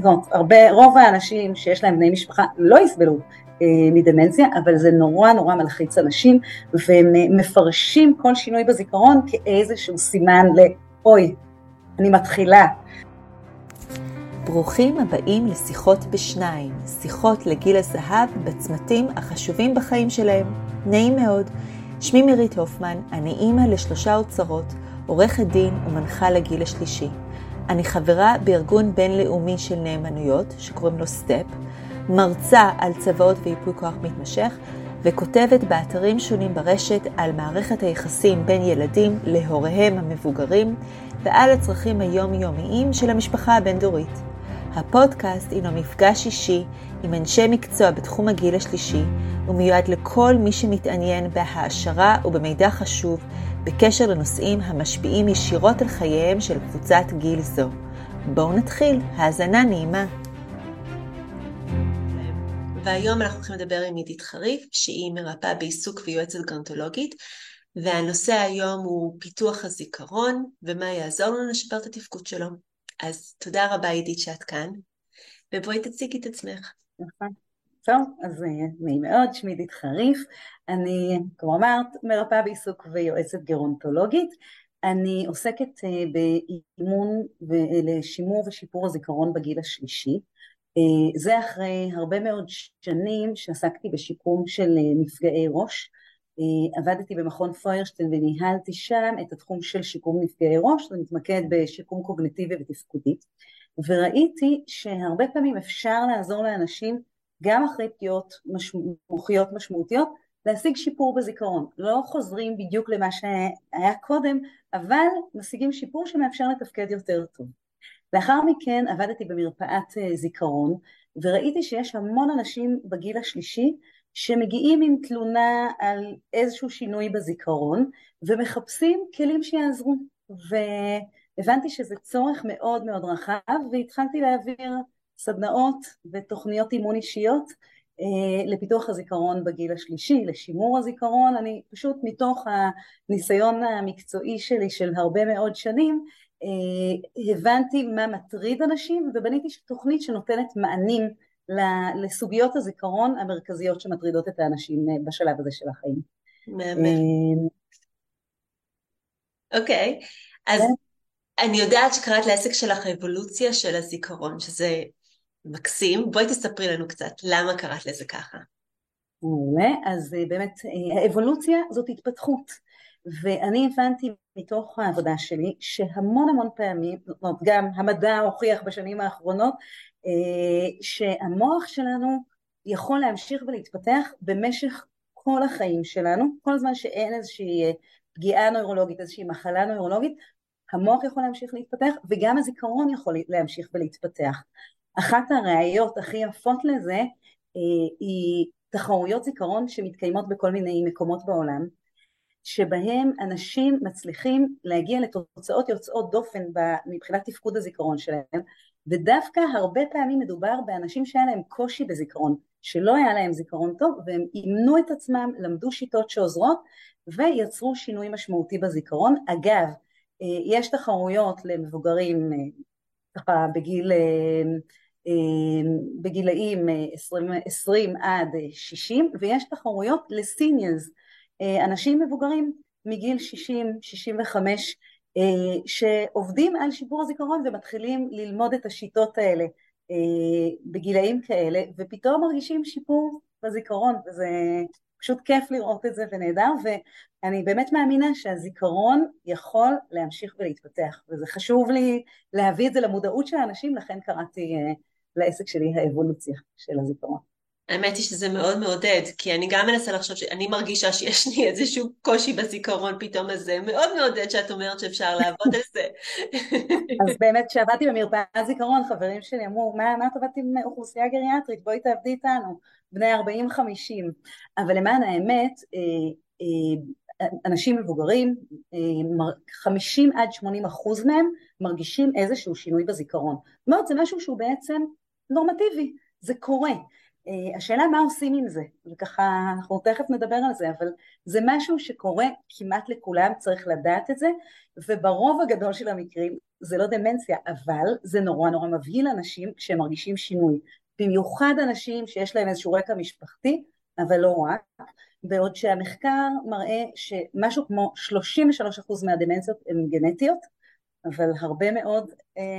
רוב האנשים שיש להם בני משפחה לא יסבלו מדמנציה, אבל זה נורא נורא מלחיץ אנשים, והם מפרשים כל שינוי בזיכרון כאיזשהו סימן אוי, אני מתחילה. ברוכים הבאים לשיחות בשניים, שיחות לגיל הזהב בצמתים החשובים בחיים שלהם. נעים מאוד, שמי מירית הופמן, אני אימא לשלושה אוצרות, עורכת דין ומנחה לגיל השלישי. אני חברה בארגון בינלאומי של נאמנויות שקוראים לו סטפ, מרצה על צבאות וייפוי כוח מתמשך, וכותבת באתרים שונים ברשת על מערכת היחסים בין ילדים להוריהם המבוגרים ועל הצרכים היומיומיים של המשפחה הבין-דורית. הפודקאסט הינו מפגש אישי עם אנשי מקצוע בתחום הגיל השלישי, ומיועד לכל מי שמתעניין בהעשרה ובמידע חשוב בקשר לנושאים המשפיעים ישירות על חייהם של קבוצת גיל זו. בואו נתחיל, האזנה נעימה. והיום אנחנו הולכים לדבר עם עידית חריף, שהיא מרפאה בעיסוק ויועצת גרונטולוגית, והנושא היום הוא פיתוח הזיכרון, ומה יעזור לנו לשפר את התפקוד שלו. אז תודה רבה עידית שאת כאן, ובואי תציגי את עצמך. נכון. טוב, אז נעים מאוד, שמי עידית חריף, אני, כמו אמרת, מרפאה בעיסוק ויועצת גרונטולוגית. אני עוסקת באימון לשימור ושיפור הזיכרון בגיל השלישי. זה אחרי הרבה מאוד שנים שעסקתי בשיקום של נפגעי ראש. עבדתי במכון פוירשטיין וניהלתי שם את התחום של שיקום נפגעי ראש, ומתמקד בשיקום קוגניטיבי ותפקודי, וראיתי שהרבה פעמים אפשר לעזור לאנשים גם אחרי פגיעות מוחיות משמעותיות להשיג שיפור בזיכרון. לא חוזרים בדיוק למה שהיה קודם, אבל משיגים שיפור שמאפשר לתפקד יותר טוב. לאחר מכן עבדתי במרפאת זיכרון, וראיתי שיש המון אנשים בגיל השלישי שמגיעים עם תלונה על איזשהו שינוי בזיכרון, ומחפשים כלים שיעזרו. והבנתי שזה צורך מאוד מאוד רחב, והתחלתי להעביר סדנאות ותוכניות אימון אישיות לפיתוח הזיכרון בגיל השלישי, לשימור הזיכרון. אני פשוט מתוך הניסיון המקצועי שלי של הרבה מאוד שנים, הבנתי מה מטריד אנשים, ובניתי תוכנית שנותנת מענים לסוגיות הזיכרון המרכזיות שמטרידות את האנשים בשלב הזה של החיים. אוקיי, אז אני יודעת שקראת לעסק שלך האבולוציה של הזיכרון, שזה מקסים. בואי תספרי לנו קצת למה קראת לזה ככה. אז באמת האבולוציה זאת התפתחות, ואני הבנתי מתוך העבודה שלי שהמון פעמים, גם המדע הוכיח בשנים האחרונות, שהמוח שלנו יכול להמשיך ולהתפתח במשך כל החיים שלנו, כל הזמן שאין איזושהי פגיעה נוירולוגית, איזושהי מחלה נוירולוגית, המוח יכול להמשיך להתפתח, וגם הזיכרון יכול להמשיך ולהתפתח. אחת הראיות הכי יפות לזה היא תחרויות זיכרון שמתקיימות בכל מיני מקומות בעולם, שבהם אנשים מצליחים להגיע לתוצאות יוצאות דופן מבחינת תפקוד הזיכרון שלהם, ודווקא הרבה פעמים מדובר באנשים שהיה להם קושי בזיכרון, שלא היה להם זיכרון טוב, והם אימנו את עצמם, למדו שיטות שעוזרות, ויצרו שינוי משמעותי בזיכרון. אגב, יש תחרויות למבוגרים בגילאים 20 עד 60, ויש תחרויות לסיניורס, אנשים מבוגרים מגיל 60-65, שעובדים על שיפור הזיכרון ומתחילים ללמוד את השיטות האלה בגילאים כאלה, ופתאום מרגישים שיפור בזיכרון, וזה פשוט כיף לראות את זה ונהדר, ואני באמת מאמינה שהזיכרון יכול להמשיך ולהתפתח, וזה חשוב לי להביא את זה למודעות של האנשים, לכן קראתי לעסק שלי האבולוציה של הזיכרון. האמת היא שזה מאוד מעודד, כי אני גם מנסה לחשוב שאני מרגישה שיש לי איזשהו קושי בזיכרון פתאום, אז זה מאוד מעודד שאת אומרת שאפשר לעבוד על זה. אז באמת כשעבדתי במרפאת זיכרון, חברים שלי אמרו, מה את עבדת עם אוכלוסייה גריאטרית, בואי תעבדי איתנו, בני 40-50, אבל למען האמת, אנשים מבוגרים, 50-80% מהם מרגישים איזשהו שינוי בזיכרון. זאת אומרת, זה משהו שהוא בעצם נורמטיבי, זה קורה. השאלה מה עושים עם זה, וככה אנחנו תכף נדבר על זה, אבל זה משהו שקורה כמעט לכולם, צריך לדעת את זה, וברוב הגדול של המקרים זה לא דמנציה, אבל זה נורא נורא מבהיל אנשים כשהם מרגישים שינוי. במיוחד אנשים שיש להם איזשהו רקע משפחתי, אבל לא רק. בעוד שהמחקר מראה שמשהו כמו 33% מהדמנציות הן גנטיות, אבל הרבה מאוד,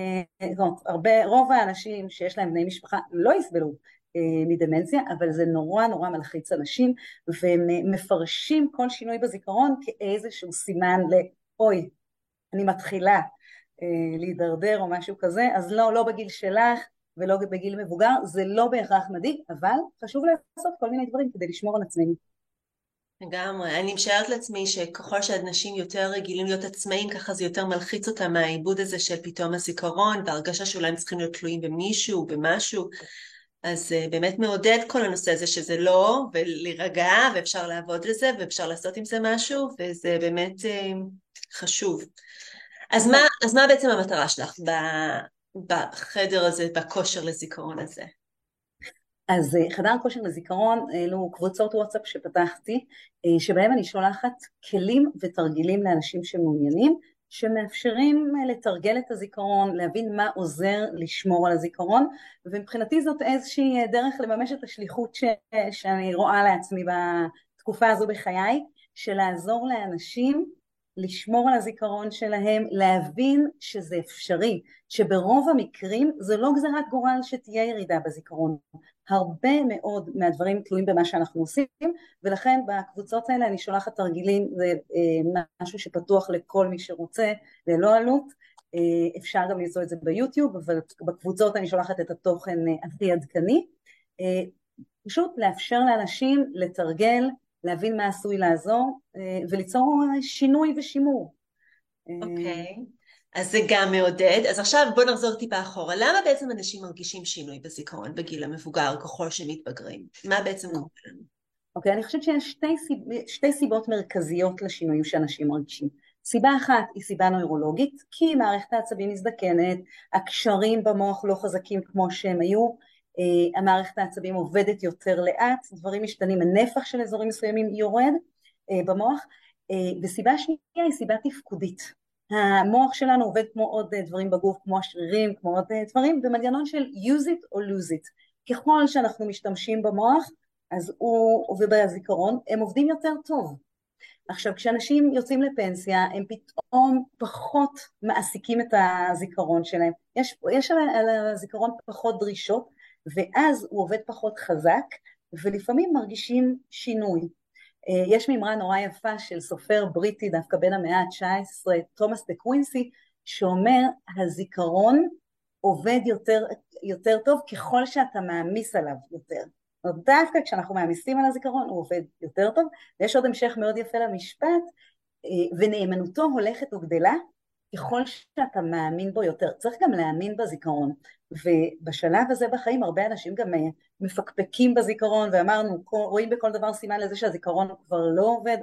רוב האנשים שיש להם בני משפחה לא יסבלו מדמנציה, אבל זה נורא נורא מלחיץ אנשים, והם מפרשים כל שינוי בזיכרון כאיזשהו סימן אוי, אני מתחילה להידרדר או משהו כזה, אז לא בגיל שלך ולא בגיל מבוגר, זה לא בהכרח מדאיג, אבל חשוב לעשות כל מיני דברים כדי לשמור על עצמנו. לגמרי, אני משערת לעצמי שככל שאנשים יותר רגילים להיות עצמאים, ככה זה יותר מלחיץ אותם מהעיבוד הזה של פתאום הזיכרון, והרגשה שאולי הם צריכים להיות תלויים במישהו, במשהו, אז באמת מעודד כל הנושא הזה שזה לא, ולהירגע, ואפשר לעבוד לזה, ואפשר לעשות עם זה משהו, וזה באמת חשוב. אז מה בעצם המטרה שלך בחדר הזה, בכושר לזיכרון הזה? אז חדר כושר לזיכרון, אלו קבוצות וואטסאפ שפתחתי, שבהם אני שולחת כלים ותרגילים לאנשים שמעוניינים, שמאפשרים לתרגל את הזיכרון, להבין מה עוזר לשמור על הזיכרון, ומבחינתי זאת איזושהי דרך לממש את השליחות שאני רואה לעצמי בתקופה הזו בחיי, של לעזור לאנשים לשמור על הזיכרון שלהם, להבין שזה אפשרי, שברוב המקרים זה לא גזרת גורל שתהיה ירידה בזיכרון. הרבה מאוד מהדברים תלויים במה שאנחנו עושים, ולכן בקבוצות האלה אני שולחת תרגילים, זה משהו שפתוח לכל מי שרוצה, ללא עלות, אפשר גם למצוא את זה ביוטיוב, אבל בקבוצות אני שולחת את התוכן הכי עדכני, פשוט לאפשר לאנשים לתרגל, להבין מה עשוי לעזור, וליצור שינוי ושימור. אוקיי, אז זה גם מעודד. אז עכשיו בוא נחזור טיפה אחורה. למה בעצם אנשים מרגישים שינוי בזיכרון בגיל המבוגר ככל שמתבגרים? מה בעצם קורה לנו? אוקיי, אני חושבת שיש שתי סיבות מרכזיות לשינויים שאנשים מרגישים. סיבה אחת היא סיבה נוירולוגית, כי מערכת העצבים מזדקנת, הקשרים במוח לא חזקים כמו שהם היו, המערכת העצבים עובדת יותר לאט, דברים משתנים, הנפח של אזורים מסוימים יורד במוח, וסיבה שנייה היא סיבה תפקודית. המוח שלנו עובד כמו עוד דברים בגוף, כמו השרירים, כמו עוד דברים, במנגנון של use it or lose it. ככל שאנחנו משתמשים במוח, אז הוא ובזיכרון, הם עובדים יותר טוב. עכשיו, כשאנשים יוצאים לפנסיה, הם פתאום פחות מעסיקים את הזיכרון שלהם. יש על הזיכרון פחות דרישות, ואז הוא עובד פחות חזק, ולפעמים מרגישים שינוי. יש מימרה נורא יפה של סופר בריטי, דווקא בין המאה ה-19, תומאס דה קווינסי, שאומר, הזיכרון עובד יותר טוב ככל שאתה מעמיס עליו יותר. דווקא כשאנחנו מעמיסים על הזיכרון הוא עובד יותר טוב, ויש עוד המשך מאוד יפה למשפט, ונאמנותו הולכת וגדלה, ככל שאתה מאמין בו יותר. צריך גם להאמין בזיכרון, ובשלב הזה בחיים הרבה אנשים גם מפקפקים בזיכרון, ואמרנו, רואים בכל דבר סימן לזה שהזיכרון כבר לא עובד,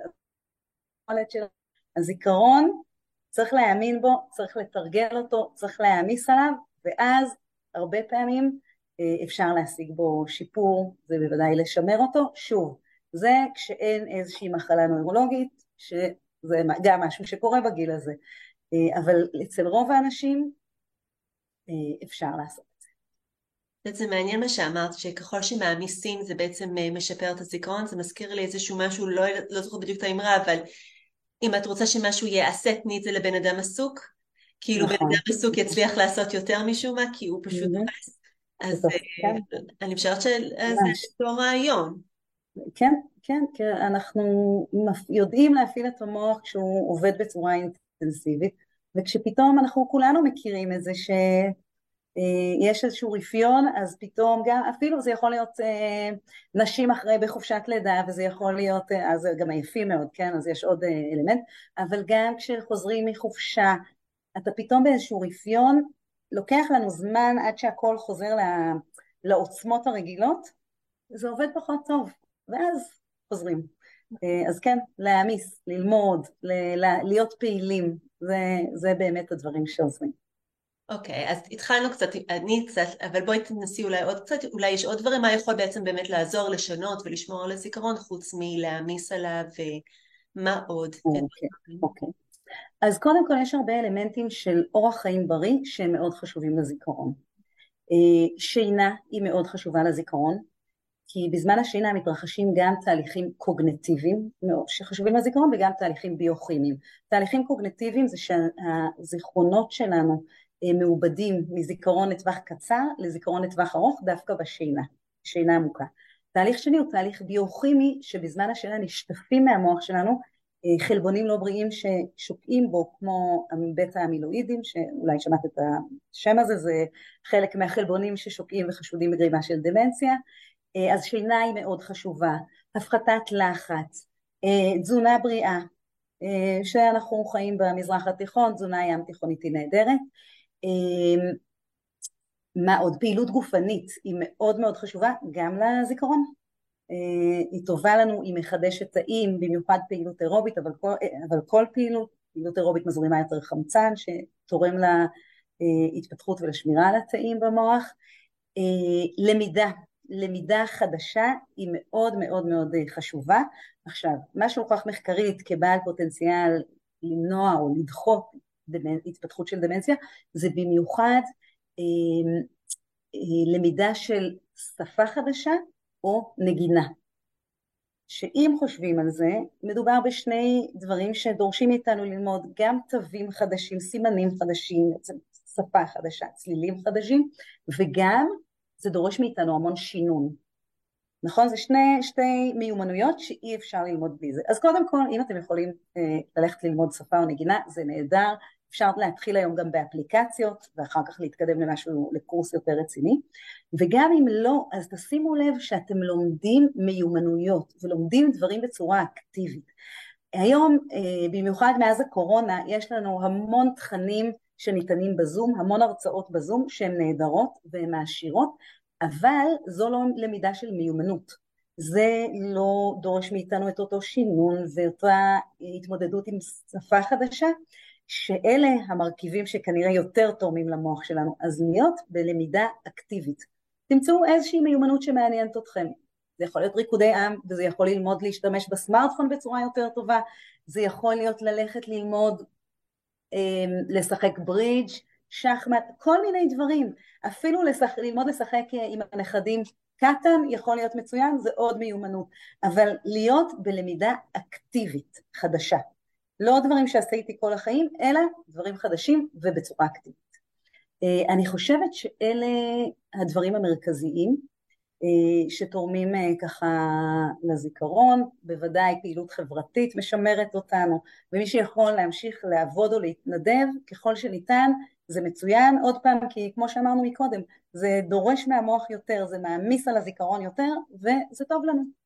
הזיכרון צריך להאמין בו, צריך לתרגל אותו, צריך להעמיס עליו, ואז הרבה פעמים אפשר להשיג בו שיפור, ובוודאי לשמר אותו. שוב, זה כשאין איזושהי מחלה נוירולוגית, שזה גם משהו שקורה בגיל הזה, אבל אצל רוב האנשים אפשר לעשות את זה. זה מעניין מה שאמרת, שככל שמעמיסים זה בעצם משפר את הזיכרון, זה מזכיר לי איזשהו משהו, לא זוכר בדיוק את האמרה, אבל אם את רוצה שמשהו יעשה, תני את זה לבן אדם עסוק, כאילו בן אדם עסוק יצליח לעשות יותר משום מה, כי הוא פשוט חס. אז אני חושבת שזה אותו רעיון. כן, כן, כי אנחנו יודעים להפעיל את המוח כשהוא עובד בצורה אינטנסיבית, וכשפתאום אנחנו כולנו מכירים את זה שיש איזשהו רפיון, אז פתאום גם, אפילו זה יכול להיות נשים אחרי בחופשת לידה, וזה יכול להיות, אז גם עייפים מאוד, כן, אז יש עוד אלמנט, אבל גם כשחוזרים מחופשה, אתה פתאום באיזשהו רפיון, לוקח לנו זמן עד שהכל חוזר לעוצמות הרגילות, זה עובד פחות טוב, ואז חוזרים. אז כן, להעמיס, ללמוד, להיות פעילים, זה באמת הדברים שעוזרים. אוקיי, אז התחלנו קצת, אני קצת, אבל בואי תנסי אולי עוד קצת, אולי יש עוד דברים, מה יכול בעצם באמת לעזור, לשנות ולשמור על הזיכרון, חוץ מלהעמיס עליו, ומה עוד? אוקיי. אז קודם כל יש הרבה אלמנטים של אורח חיים בריא שהם מאוד חשובים לזיכרון. שינה היא מאוד חשובה לזיכרון, כי בזמן השינה מתרחשים גם תהליכים קוגניטיביים שחשובים לזיכרון וגם תהליכים ביוכימיים. תהליכים קוגניטיביים זה שהזיכרונות שלנו מעובדים מזיכרון לטווח קצר לזיכרון לטווח ארוך דווקא בשינה, שינה עמוקה. תהליך שני הוא תהליך ביוכימי שבזמן השינה נשטפים מהמוח שלנו חלבונים לא בריאים ששוקעים בו כמו בטא אמילואידים, שאולי שמעת את השם הזה, זה חלק מהחלבונים ששוקעים וחשודים בגרימה של דמנציה. אז שינה היא מאוד חשובה, הפחתת לחץ, תזונה בריאה, שאנחנו חיים במזרח התיכון, תזונה ים תיכונית היא נהדרת. מה עוד? פעילות גופנית היא מאוד מאוד חשובה גם לזיכרון. היא טובה לנו, היא מחדשת תאים, במיוחד פעילות אירובית, אבל כל פעילות אירובית מזרימה יותר חמצן שתורם להתפתחות ולשמירה על התאים במוח. למידה חדשה היא מאוד מאוד מאוד חשובה. עכשיו, מה שהוכח מחקרית כבעל פוטנציאל למנוע או לדחות התפתחות של דמנציה, זה במיוחד למידה של שפה חדשה או נגינה. שאם חושבים על זה, מדובר בשני דברים שדורשים מאיתנו ללמוד גם תווים חדשים, סימנים חדשים, שפה חדשה, צלילים חדשים, וגם זה דורש מאיתנו המון שינון. נכון? זה שתי מיומנויות שאי אפשר ללמוד בלי זה. אז קודם כל, אם אתם יכולים ללכת ללמוד שפה או נגינה, זה נהדר. אפשר להתחיל היום גם באפליקציות, ואחר כך להתקדם למשהו, לקורס יותר רציני. וגם אם לא, אז תשימו לב שאתם לומדים מיומנויות, ולומדים דברים בצורה אקטיבית. היום, במיוחד מאז הקורונה, יש לנו המון תכנים שניתנים בזום, המון הרצאות בזום שהן נהדרות והן מעשירות, אבל זו לא למידה של מיומנות. זה לא דורש מאיתנו את אותו שינון ואותה התמודדות עם שפה חדשה, שאלה המרכיבים שכנראה יותר תורמים למוח שלנו. אז להיות בלמידה אקטיבית. תמצאו איזושהי מיומנות שמעניינת אתכם. זה יכול להיות ריקודי עם, וזה יכול ללמוד להשתמש בסמארטפון בצורה יותר טובה, זה יכול להיות ללכת ללמוד לשחק ברידג', שחמט, כל מיני דברים. אפילו ללמוד לשחק עם הנכדים קטן יכול להיות מצוין, זה עוד מיומנות. אבל להיות בלמידה אקטיבית, חדשה. לא דברים שעשיתי כל החיים, אלא דברים חדשים ובצורה אקטיבית. אני חושבת שאלה הדברים המרכזיים שתורמים ככה לזיכרון, בוודאי פעילות חברתית משמרת אותנו, ומי שיכול להמשיך לעבוד או להתנדב ככל שניתן, זה מצוין, עוד פעם, כי כמו שאמרנו מקודם, זה דורש מהמוח יותר, זה מעמיס על הזיכרון יותר, וזה טוב לנו.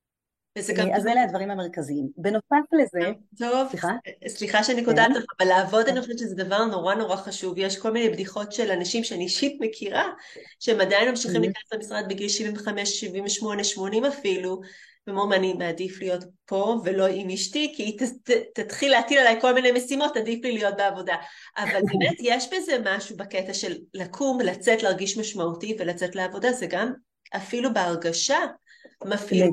אז אלה הדברים המרכזיים. בנוסף לזה, טוב, סליחה שאני קוטעת לך, אבל לעבוד אני חושבת שזה דבר נורא נורא חשוב. יש כל מיני בדיחות של אנשים שאני אישית מכירה, שהם עדיין ממשיכים להיכנס למשרד בגיל 75, 78, 80 אפילו, ואומרים אני מעדיף להיות פה ולא עם אשתי, כי היא תתחיל להטיל עליי כל מיני משימות, עדיף לי להיות בעבודה. אבל באמת יש בזה משהו בקטע של לקום, לצאת, להרגיש משמעותי ולצאת לעבודה, זה גם אפילו בהרגשה מפעיל.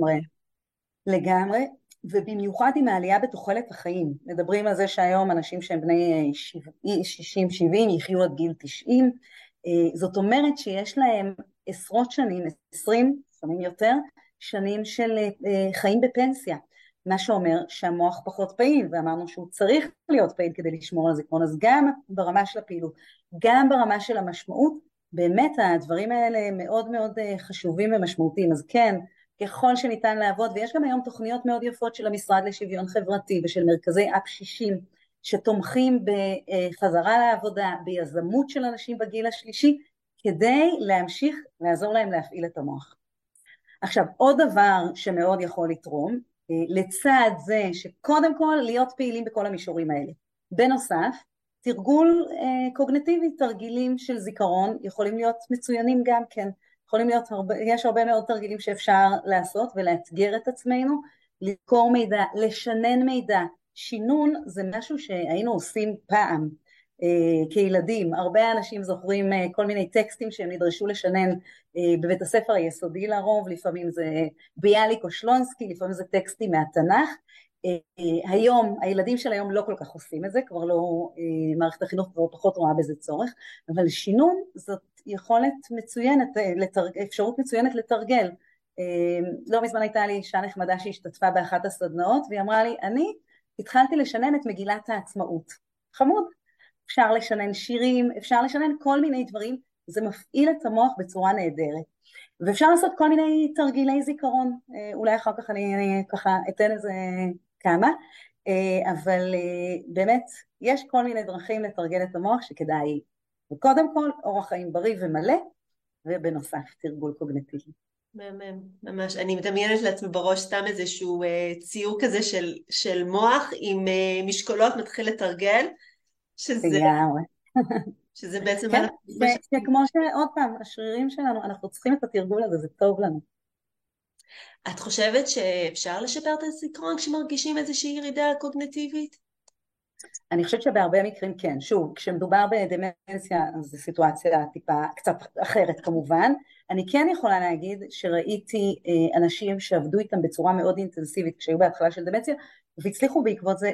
לגמרי, ובמיוחד עם העלייה בתוחלת החיים. מדברים על זה שהיום אנשים שהם בני 60-70 יחיו עד גיל 90, זאת אומרת שיש להם עשרות שנים, 20, לפעמים יותר, שנים של חיים בפנסיה, מה שאומר שהמוח פחות פעיל, ואמרנו שהוא צריך להיות פעיל כדי לשמור על הזיכרון, אז גם ברמה של הפעילות, גם ברמה של המשמעות, באמת הדברים האלה מאוד מאוד חשובים ומשמעותיים, אז כן, ככל שניתן לעבוד, ויש גם היום תוכניות מאוד יפות של המשרד לשוויון חברתי ושל מרכזי אפ 60 שתומכים בחזרה לעבודה, ביזמות של אנשים בגיל השלישי, כדי להמשיך לעזור להם להפעיל את המוח. עכשיו, עוד דבר שמאוד יכול לתרום, לצד זה שקודם כל להיות פעילים בכל המישורים האלה. בנוסף, תרגול קוגניטיבי, תרגילים של זיכרון, יכולים להיות מצוינים גם כן. יש הרבה מאוד תרגילים שאפשר לעשות ולאתגר את עצמנו, לזכור מידע, לשנן מידע. שינון זה משהו שהיינו עושים פעם כילדים. הרבה אנשים זוכרים כל מיני טקסטים שהם נדרשו לשנן בבית הספר היסודי לרוב, לפעמים זה ביאליק או שלונסקי, לפעמים זה טקסטים מהתנ"ך. היום, הילדים של היום לא כל כך עושים את זה, כבר לא, מערכת החינוך כבר פחות רואה בזה צורך, אבל שינון זאת יכולת מצוינת, אפשרות מצוינת לתרגל. לא מזמן הייתה לי אישה נחמדה שהשתתפה באחת הסדנאות, והיא אמרה לי, אני התחלתי לשנן את מגילת העצמאות. חמוד, אפשר לשנן שירים, אפשר לשנן כל מיני דברים, זה מפעיל את המוח בצורה נהדרת. ואפשר לעשות כל מיני תרגילי זיכרון, אולי אחר כך אני ככה אתן איזה כמה, אבל באמת יש כל מיני דרכים לתרגל את המוח שכדאי, וקודם כל אורח חיים בריא ומלא, ובנוסף תרגול קוגניטיבי. ממש, אני מדמיינת לעצמי בראש סתם איזשהו ציור כזה של מוח עם משקולות מתחיל לתרגל, שזה בעצם כן, שכמו שעוד פעם, השרירים שלנו, אנחנו צריכים את התרגול הזה, זה טוב לנו. את חושבת שאפשר לשפר את הזיכרון כשמרגישים איזושהי ירידה קוגניטיבית? אני חושבת שבהרבה מקרים כן. שוב, כשמדובר בדמנציה, אז זו סיטואציה טיפה קצת אחרת כמובן. אני כן יכולה להגיד שראיתי אנשים שעבדו איתם בצורה מאוד אינטנסיבית כשהיו בהתחלה של דמנציה, והצליחו בעקבות זה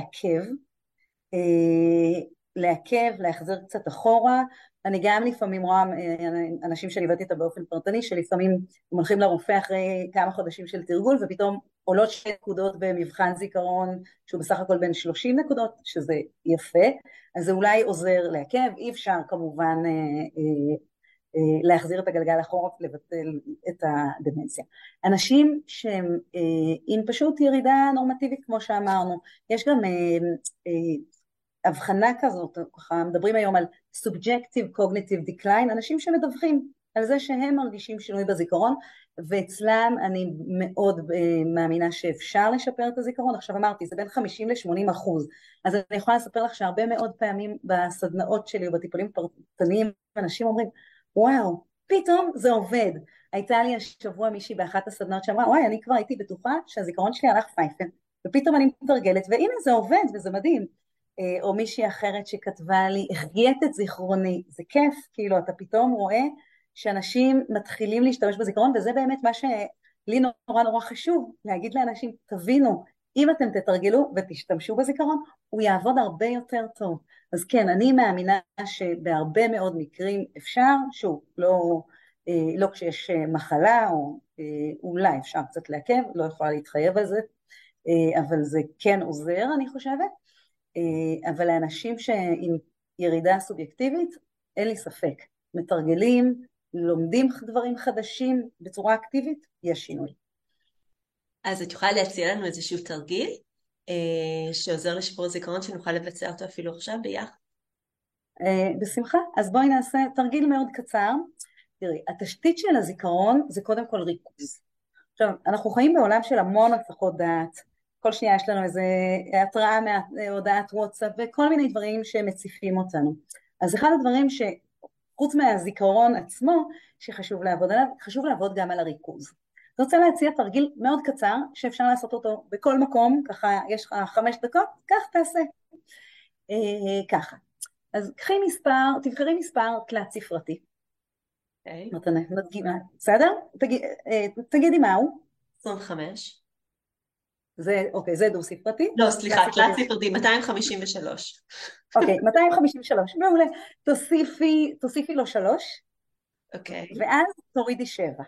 לעכב, להחזיר קצת אחורה. אני גם לפעמים רואה אנשים שליוויתי איתם באופן פרטני, שלפעמים הם הולכים לרופא אחרי כמה חודשים של תרגול, ופתאום עולות 2 נקודות במבחן זיכרון, שהוא בסך הכל בין 30 נקודות, שזה יפה, אז זה אולי עוזר לעכב, אי אפשר כמובן להחזיר את הגלגל אחורה, לבטל את הדמנציה. אנשים שהם עם פשוט ירידה נורמטיבית, כמו שאמרנו, יש גם הבחנה כזאת, ככה מדברים היום על subjective cognitive decline, אנשים שמדווחים על זה שהם מרגישים שינוי בזיכרון, ואצלם אני מאוד מאמינה שאפשר לשפר את הזיכרון. עכשיו אמרתי, זה בין 50 ל-80%, אז אני יכולה לספר לך שהרבה מאוד פעמים בסדנאות שלי ובטיפולים פרטניים, אנשים אומרים, וואו, פתאום זה עובד. הייתה לי השבוע מישהי באחת הסדנאות שאמרה, וואי, אני כבר הייתי בטוחה שהזיכרון שלי הלך פייפן, ופתאום אני מתרגלת, והנה זה עובד וזה מדהים. או מישהי אחרת שכתבה לי, החגיית את זיכרוני, זה כיף, כאילו אתה פתאום רואה שאנשים מתחילים להשתמש בזיכרון, וזה באמת מה שלי נורא נורא חשוב, להגיד לאנשים, תבינו, אם אתם תתרגלו ותשתמשו בזיכרון, הוא יעבוד הרבה יותר טוב. אז כן, אני מאמינה שבהרבה מאוד מקרים אפשר, שוב, לא כשיש מחלה, או אולי אפשר קצת לעכב, לא יכולה להתחייב על זה, אבל זה כן עוזר, אני חושבת. אבל לאנשים שעם ירידה סובייקטיבית, אין לי ספק, מתרגלים, לומדים דברים חדשים בצורה אקטיבית, יש שינוי. אז את יכולה להציע לנו איזשהו תרגיל שעוזר לשיפור זיכרון, שנוכל לבצע אותו אפילו עכשיו ביחד? בשמחה, אז בואי נעשה תרגיל מאוד קצר. תראי, התשתית של הזיכרון זה קודם כל ריכוז. עכשיו, אנחנו חיים בעולם של המון הפכות דעת, כל שנייה יש לנו איזו התראה מהודעת וואטסאפ וכל מיני דברים שמציפים אותנו. אז אחד הדברים שחוץ מהזיכרון עצמו שחשוב לעבוד עליו, חשוב לעבוד גם על הריכוז. אני רוצה להציע תרגיל מאוד קצר שאפשר לעשות אותו בכל מקום, ככה יש לך 5 דקות, כך תעשה. ככה. אז תבחרי מספר תלת ספרתי. בסדר? תגידי מהו? 25. אוקיי, זה דו ספרתי. לא, סליחה, תלת ספרתי, 253. אוקיי, 253, מעולה. תוסיפי לו 3. אוקיי. ואז תורידי 7.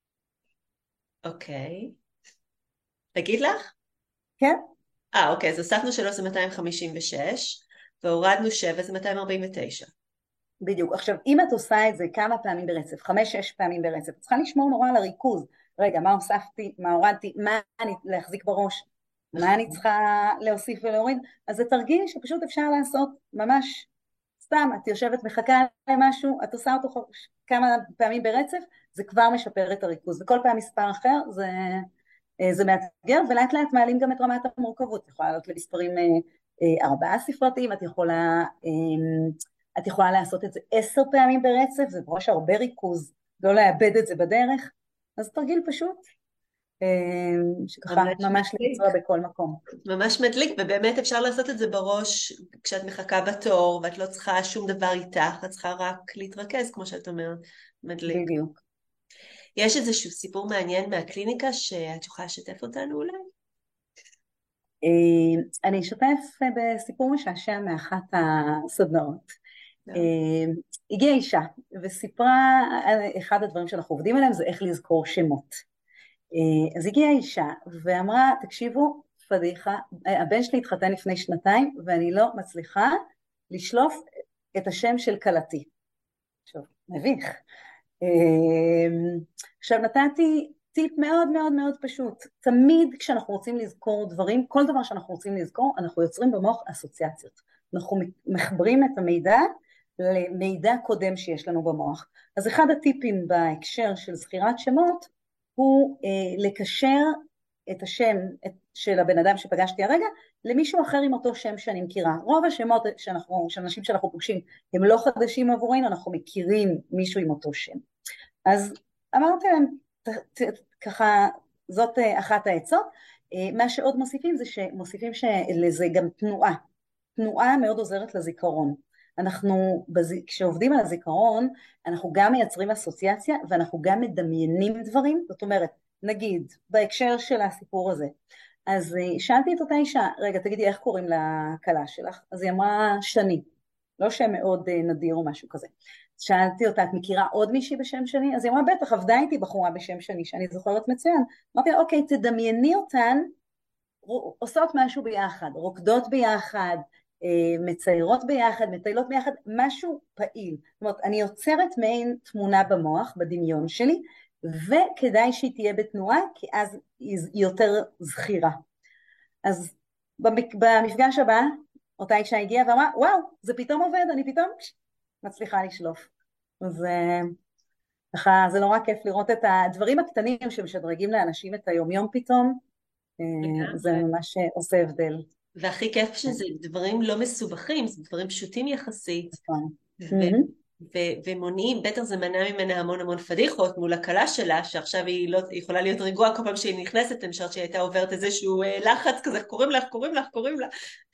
אוקיי. תגיד לך? כן. אוקיי, אז הוספנו 3 זה 256, והורדנו 7 זה 249. בדיוק. עכשיו, אם את עושה את זה כמה פעמים ברצף, 5-6 פעמים ברצף, צריכה לשמור נורא על הריכוז. רגע, מה הוספתי, מה הורדתי, מה אני להחזיק בראש, מה אני צריכה להוסיף ולהוריד, אז זה תרגיל שפשוט אפשר לעשות ממש סתם, את יושבת מחכה למשהו, את עושה אותו כמה פעמים ברצף, זה כבר משפר את הריכוז, וכל פעם מספר אחר זה מאתגר, ולאט לאט מעלים גם את רמת המורכבות, את יכולה לעלות למספרים 4 ספרתיים, את יכולה לעשות את זה 10 פעמים ברצף, זה בראש הרבה ריכוז, לא לאבד את זה בדרך, אז תרגיל פשוט, שככה ממש למצוא בכל מקום. ממש מדליק, ובאמת אפשר לעשות את זה בראש כשאת מחכה בתור, ואת לא צריכה שום דבר איתך, את צריכה רק להתרכז, כמו שאת אומרת, מדליק. בדיוק. יש איזשהו סיפור מעניין מהקליניקה שאת יכולה לשתף אותנו אולי? אני אשתף בסיפור משעשע מאחת הסדנאות. הגיעה אישה וסיפרה על אחד הדברים שאנחנו עובדים עליהם, זה איך לזכור שמות. אז הגיעה אישה ואמרה, תקשיבו, פדיחה, הבן שלי התחתן לפני 2 ואני לא מצליחה לשלוף את השם של כלתי. עכשיו, מביך. עכשיו נתתי טיפ מאוד מאוד מאוד פשוט, תמיד כשאנחנו רוצים לזכור דברים, כל דבר שאנחנו רוצים לזכור, אנחנו יוצרים במוח אסוציאציות, אנחנו מחברים את המידע למידע קודם שיש לנו במוח. אז אחד הטיפים בהקשר של זכירת שמות, הוא לקשר את השם של הבן אדם שפגשתי הרגע, למישהו אחר עם אותו שם שאני מכירה. רוב השמות של אנשים שאנחנו פוגשים, הם לא חדשים עבורנו, אנחנו מכירים מישהו עם אותו שם. אז אמרתי להם, ככה, זאת אחת העצות. מה שעוד מוסיפים זה שמוסיפים לזה גם תנועה. תנועה מאוד עוזרת לזיכרון. כשעובדים על הזיכרון, אנחנו גם מייצרים אסוציאציה, ואנחנו גם מדמיינים דברים. זאת אומרת, נגיד, בהקשר של הסיפור הזה, אז שאלתי את אותה אישה, רגע, תגידי, איך קוראים לכלה שלך? אז היא אמרה, שני. לא שם מאוד נדיר או משהו כזה. שאלתי אותה, את מכירה עוד מישהי בשם שני? אז היא אמרה, בטח, עבדה איתי בחורה בשם שני, שאני זוכרת מצוין. אמרתי לה, אוקיי, תדמייני אותן, עושות משהו ביחד, רוקדות ביחד, מציירות ביחד, מטיילות ביחד, משהו פעיל. זאת אומרת, אני יוצרת מעין תמונה במוח, בדמיון שלי, וכדאי שהיא תהיה בתנועה, כי אז היא יותר זכירה. אז במפגש הבא, אותה אישה הגיעה ואמרה, וואו, זה פתאום עובד, אני פתאום מצליחה לשלוף. אז ככה, זה נורא כיף לראות את הדברים הקטנים שמשדרגים לאנשים את היומיום פתאום, זה ממש עושה הבדל. והכי כיף שזה דברים לא מסובכים, זה דברים פשוטים יחסית, ומונעים, בטח זה מנע ממנה המון המון פדיחות מול הכלה שלה, שעכשיו היא לא יכולה להיות רגועה כל פעם שהיא נכנסת, אני חושבת שהיא הייתה עוברת איזשהו לחץ כזה, קוראים לה.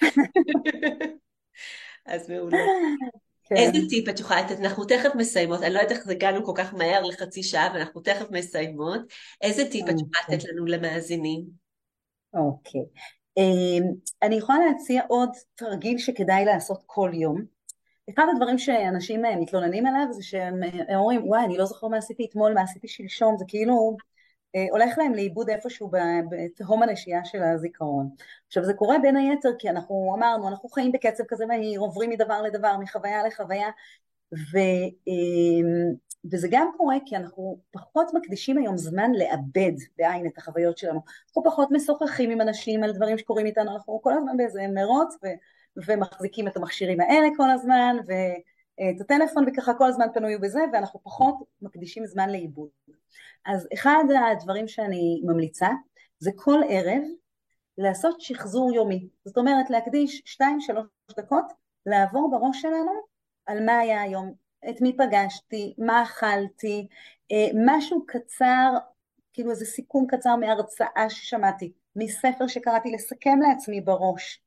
אז מעולה. איזה טיפ את יכולה לתת? אנחנו תכף מסיימות, אני לא יודעת איך הגענו כל כך מהר לחצי שעה, ואנחנו תכף מסיימות. איזה טיפ את יכולה לתת לנו למאזינים? אוקיי. אני יכולה להציע עוד תרגיל שכדאי לעשות כל יום. אחד הדברים שאנשים מתלוננים עליו זה שהם אומרים, וואי, אני לא זוכר מה עשיתי אתמול, מה עשיתי שלשום, זה כאילו הולך להם לאיבוד איפשהו בתהום הנשייה של הזיכרון. עכשיו זה קורה בין היתר כי אנחנו אמרנו, אנחנו חיים בקצב כזה מהיר, עוברים מדבר לדבר, מחוויה לחוויה, וזה גם קורה כי אנחנו פחות מקדישים היום זמן לאבד בעין את החוויות שלנו, אנחנו פחות משוחחים עם אנשים על דברים שקורים איתנו, אנחנו כל הזמן באיזה מרוץ ומחזיקים את המכשירים האלה כל הזמן ואת הטלפון וככה כל הזמן פנוי בזה, ואנחנו פחות מקדישים זמן לאיבוד. אז אחד הדברים שאני ממליצה זה כל ערב לעשות שחזור יומי, זאת אומרת להקדיש 2-3 דקות לעבור בראש שלנו על מה היה היום, את מי פגשתי, מה אכלתי, משהו קצר, כאילו איזה סיכום קצר מהרצאה ששמעתי, מספר שקראתי, לסכם לעצמי בראש.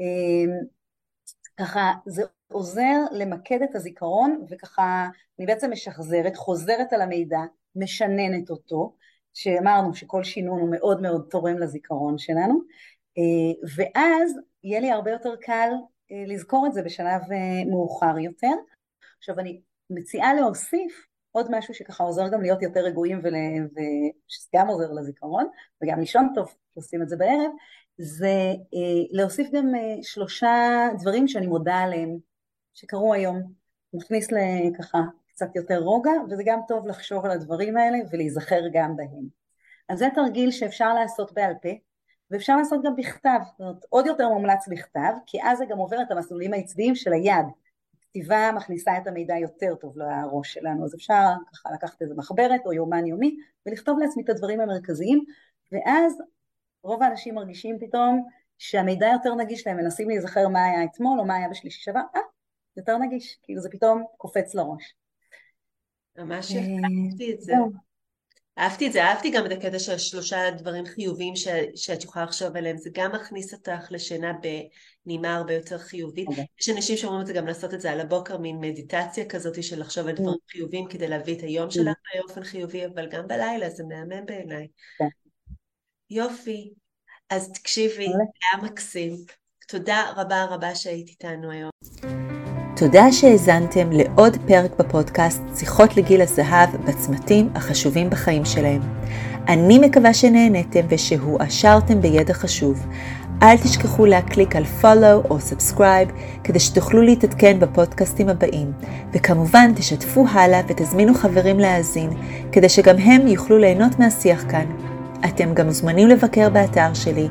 ככה זה עוזר למקד את הזיכרון, וככה אני בעצם משחזרת, חוזרת על המידע, משננת אותו, שאמרנו שכל שינון הוא מאוד מאוד תורם לזיכרון שלנו, ואז יהיה לי הרבה יותר קל לזכור את זה בשלב מאוחר יותר. עכשיו אני מציעה להוסיף עוד משהו שככה עוזר גם להיות יותר רגועים, ושגם עוזר לזיכרון, וגם לישון טוב, שעושים את זה בערב, זה להוסיף גם 3 דברים שאני מודה עליהם, שקרו היום, מכניס לככה קצת יותר רוגע, וזה גם טוב לחשוב על הדברים האלה, ולהיזכר גם בהם. אז זה תרגיל שאפשר לעשות בעל פה, ואפשר לעשות גם בכתב, זאת אומרת, עוד יותר מומלץ בכתב, כי אז זה גם עובר את המסלולים העצביים של היד, כתיבה מכניסה את המידע יותר טוב לראש שלנו, אז אפשר ככה לקחת איזה מחברת או יומן יומי, ולכתוב לעצמי את הדברים המרכזיים, ואז רוב האנשים מרגישים פתאום שהמידע יותר נגיש להם, מנסים להיזכר מה היה אתמול או מה היה בשלישי שעבר, יותר נגיש, כאילו זה פתאום קופץ לראש. ממש אהבתי את זה. אהבתי גם את הקטע של 3 דברים חיוביים שאת יכולה לחשוב עליהם, זה גם מכניס אותך לשינה בנימה הרבה יותר חיובית. יש אנשים שאומרים את זה גם לעשות את זה על הבוקר, מין מדיטציה כזאת של לחשוב על דברים חיוביים כדי להביא את היום שלך באופן חיובי, אבל גם בלילה זה מהמם בעיניי. יופי. אז תקשיבי, היה מקסים. תודה רבה רבה שהיית איתנו היום. תודה שהאזנתם לעוד פרק בפודקאסט שיחות לגיל הזהב בצמתים החשובים בחיים שלהם. אני מקווה שנהנתם ושהועשרתם בידע חשוב. אל תשכחו להקליק על follow או subscribe כדי שתוכלו להתעדכן בפודקאסטים הבאים. וכמובן תשתפו הלאה ותזמינו חברים להאזין כדי שגם הם יוכלו ליהנות מהשיח כאן. אתם גם מוזמנים לבקר באתר שלי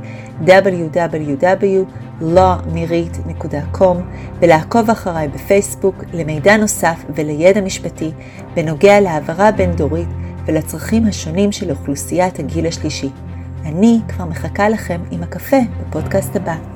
www.lawmirit.com ולעקוב אחריי בפייסבוק למידע נוסף ולידע משפטי בנוגע להעברה בין דורית ולצרכים השונים של אוכלוסיית הגיל השלישי. אני כבר מחכה לכם עם הקפה בפודקאסט הבא.